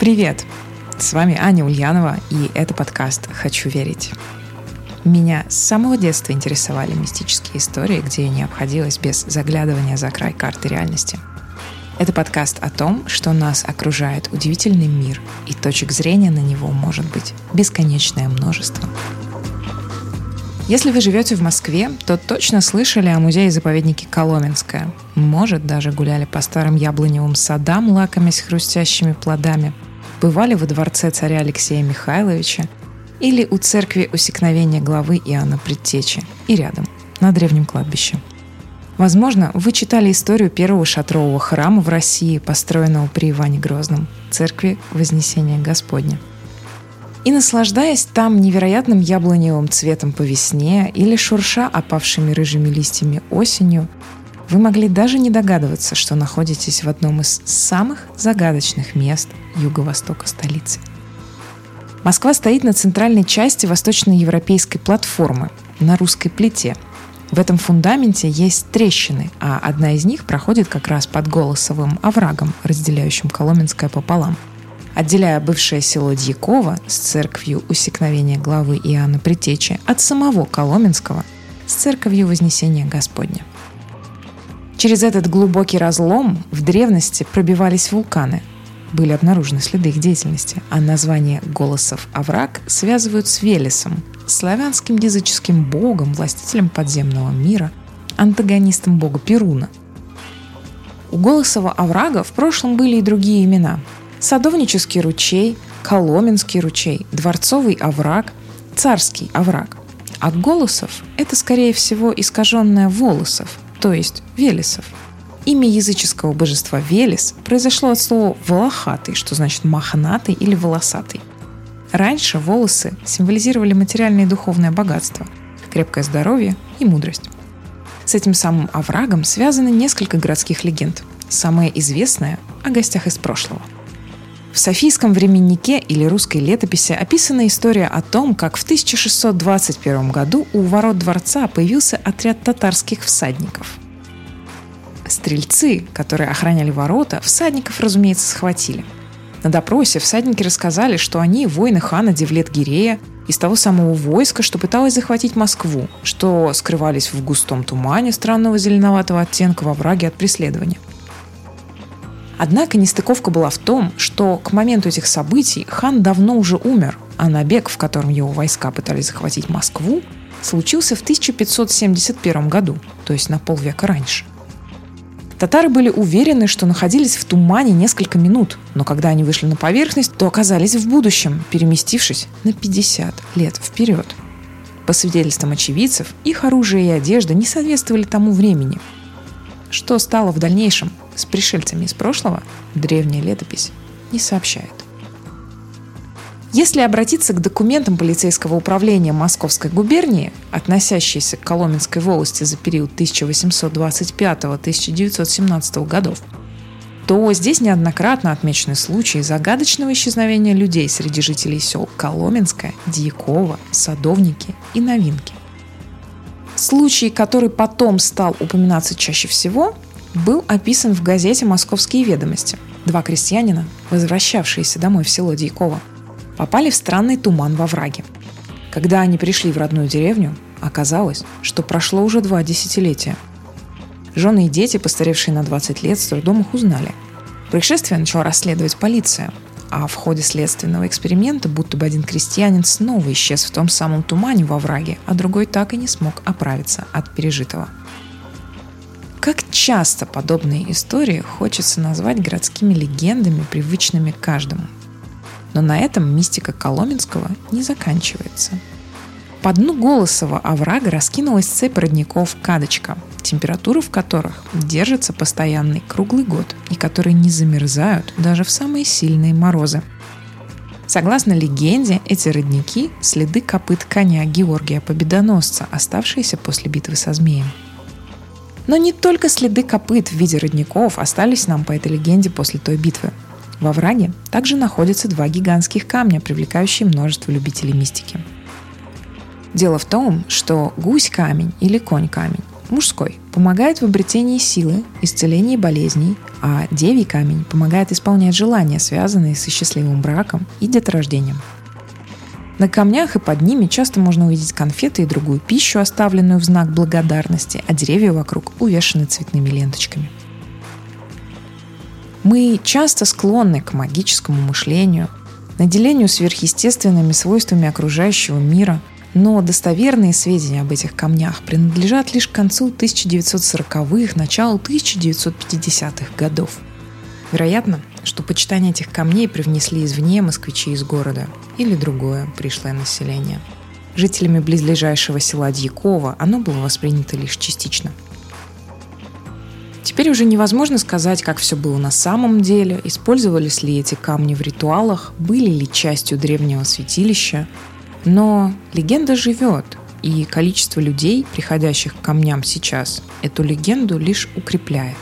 Привет! С вами Аня Ульянова, и это подкаст «Хочу верить». Меня с самого детства интересовали мистические истории, где не обходилось без заглядывания за край карты реальности. Это подкаст о том, что нас окружает удивительный мир, и точек зрения на него может быть бесконечное множество. Если вы живете в Москве, то точно слышали о музее-заповеднике Коломенское. Может, даже гуляли по старым яблоневым садам, лакомясь хрустящими плодами, бывали во дворце царя Алексея Михайловича или у церкви Усекновения главы Иоанна Предтечи и рядом, на древнем кладбище. Возможно, вы читали историю первого шатрового храма в России, построенного при Иване Грозном, церкви Вознесения Господня. И наслаждаясь там невероятным яблоневым цветом по весне или шурша опавшими рыжими листьями осенью, вы могли даже не догадываться, что находитесь в одном из самых загадочных мест юго-востока столицы. Москва стоит на центральной части восточноевропейской платформы, на русской плите. В этом фундаменте есть трещины, а одна из них проходит как раз под Голосовым оврагом, разделяющим Коломенское пополам, отделяя бывшее село Дьяково с церковью Усекновения главы Иоанна Предтечи от самого Коломенского с церковью Вознесения Господня. Через этот глубокий разлом в древности пробивались вулканы. Были обнаружены следы их деятельности, а название Голосов овраг связывают с Велесом, славянским языческим богом, властителем подземного мира, антагонистом бога Перуна. У Голосова оврага в прошлом были и другие имена: Садовнический ручей, Коломенский ручей, Дворцовый овраг, Царский овраг. А Голосов – это, скорее всего, искаженное Волосов, то есть Велесов. Имя языческого божества Велес произошло от слова «волохатый», что значит «мохнатый» или «волосатый». Раньше волосы символизировали материальное и духовное богатство, крепкое здоровье и мудрость. С этим самым оврагом связаны несколько городских легенд. Самая известная – о гостях из прошлого. В Софийском временнике или русской летописи описана история о том, как в 1621 году у ворот дворца появился отряд татарских всадников. Стрельцы, которые охраняли ворота, всадников, разумеется, схватили. На допросе всадники рассказали, что они воины хана Девлет-Гирея из того самого войска, что пыталось захватить Москву, что скрывались в густом тумане странного зеленоватого оттенка во овраге от преследования. Однако нестыковка была в том, что к моменту этих событий хан давно уже умер, а набег, в котором его войска пытались захватить Москву, случился в 1571 году, то есть на полвека раньше. Татары были уверены, что находились в тумане несколько минут, но когда они вышли на поверхность, то оказались в будущем, переместившись на 50 лет вперед. По свидетельствам очевидцев, их оружие и одежда не соответствовали тому времени. Что стало в дальнейшем с пришельцами из прошлого, древняя летопись не сообщает. Если обратиться к документам полицейского управления Московской губернии, относящиеся к Коломенской волости за период 1825-1917 годов, то здесь неоднократно отмечены случаи загадочного исчезновения людей среди жителей сел Коломенское, Дьяково, Садовники и Новинки. Случай, который потом стал упоминаться чаще всего, был описан в газете «Московские ведомости». Два крестьянина, возвращавшиеся домой в село Дьяково, попали в странный туман во враге. Когда они пришли в родную деревню, оказалось, что прошло уже 2 десятилетия. Жены и дети, постаревшие на 20 лет, с трудом их узнали. Происшествие начала расследовать полиция, а в ходе следственного эксперимента будто бы один крестьянин снова исчез в том самом тумане во враге, а другой так и не смог оправиться от пережитого. Как часто подобные истории хочется назвать городскими легендами, привычными каждому. Но на этом мистика Коломенского не заканчивается. По дну Голосова оврага раскинулась цепь родников Кадочка, температура в которых держится постоянный круглый год и которые не замерзают даже в самые сильные морозы. Согласно легенде, эти родники – следы копыт коня Георгия Победоносца, оставшиеся после битвы со змеем. Но не только следы копыт в виде родников остались нам по этой легенде после той битвы. Во овраге также находятся 2 гигантских камня, привлекающие множество любителей мистики. Дело в том, что гусь-камень или конь-камень, мужской, помогает в обретении силы, исцелении болезней, А девий камень помогает исполнять желания, связанные со счастливым браком и деторождением. На камнях и под ними часто можно увидеть конфеты и другую пищу, оставленную в знак благодарности, а деревья вокруг увешаны цветными ленточками. Мы часто склонны к магическому мышлению, наделению сверхъестественными свойствами окружающего мира, но достоверные сведения об этих камнях принадлежат лишь к концу 1940-х, началу 1950-х годов. Вероятно, что почитание этих камней привнесли извне москвичи из города или другое пришлое население. Жителями близлежащего села Дьяково оно было воспринято лишь частично. Теперь уже невозможно сказать, как все было на самом деле, использовались ли эти камни в ритуалах, были ли частью древнего святилища. Но легенда живет, и количество людей, приходящих к камням сейчас, эту легенду лишь укрепляет.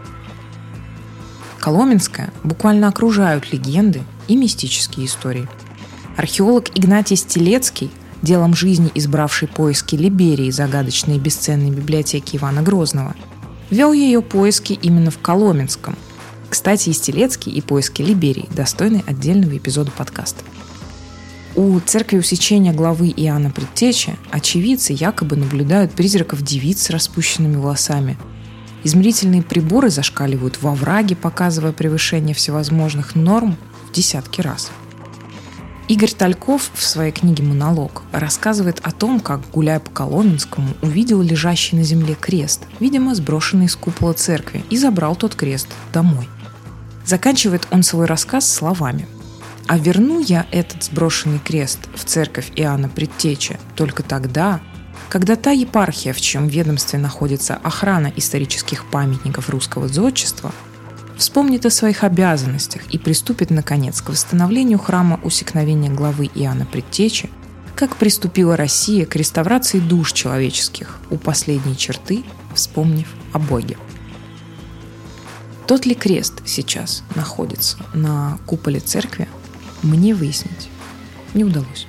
Коломенское буквально окружают легенды и мистические истории. Археолог Игнатий Стелецкий, делом жизни избравший поиски Либерии, загадочной и бесценной библиотеки Ивана Грозного, вел ее поиски именно в Коломенском. Кстати, и Стелецкий, и поиски Либерии достойны отдельного эпизода подкаста. У церкви Усечения главы Иоанна Предтечи очевидцы якобы наблюдают призраков девиц с распущенными волосами. Измерительные приборы зашкаливают во овраге, показывая превышение всевозможных норм в десятки раз. Игорь Тальков в своей книге «Монолог» рассказывает о том, как, гуляя по Коломенскому, увидел лежащий на земле крест, видимо, сброшенный с купола церкви, и забрал тот крест домой. Заканчивает он свой рассказ словами: «А верну я этот сброшенный крест в церковь Иоанна Предтечи только тогда, когда та епархия, в чьем ведомстве находится охрана исторических памятников русского зодчества, вспомнит о своих обязанностях и приступит, наконец, к восстановлению храма Усекновения главы Иоанна Предтечи, как приступила Россия к реставрации душ человеческих, у последней черты вспомнив о Боге». Тот ли крест сейчас находится на куполе церкви, мне выяснить не удалось.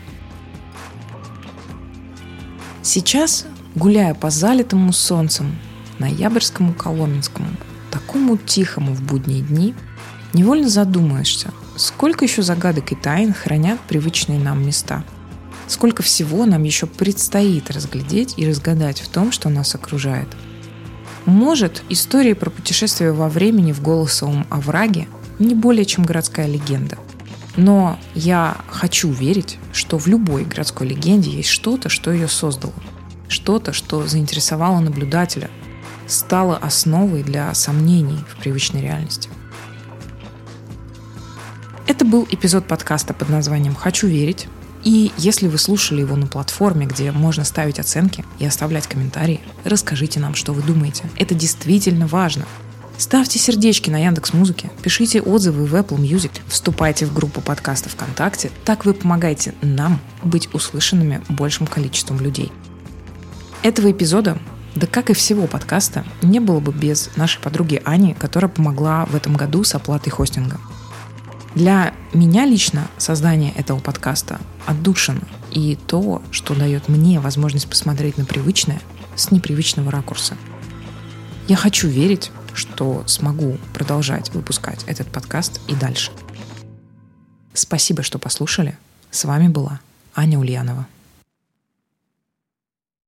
Сейчас, гуляя по залитому солнцем ноябрьскому Коломенскому, такому тихому в будние дни, невольно задумаешься, сколько еще загадок и тайн хранят привычные нам места. Сколько всего нам еще предстоит разглядеть и разгадать в том, что нас окружает. Может, истории про путешествие во времени в Голосовом овраге не более чем городская легенда. Но я хочу верить, что в любой городской легенде есть что-то, что ее создало. Что-то, что заинтересовало наблюдателя, стало основой для сомнений в привычной реальности. Это был эпизод подкаста под названием «Хочу верить». И если вы слушали его на платформе, где можно ставить оценки и оставлять комментарии, расскажите нам, что вы думаете. Это действительно важно. Ставьте сердечки на Яндекс.Музыке, пишите отзывы в Apple Music, вступайте в группу подкаста ВКонтакте. Так вы помогаете нам быть услышанными большим количеством людей. Этого эпизода, да как и всего подкаста, не было бы без нашей подруги Ани, которая помогла в этом году с оплатой хостинга. Для меня лично создание этого подкаста отдушина и то, что дает мне возможность посмотреть на привычное с непривычного ракурса. Я хочу верить, что смогу продолжать выпускать этот подкаст и дальше. Спасибо, что послушали. С вами была Аня Ульянова.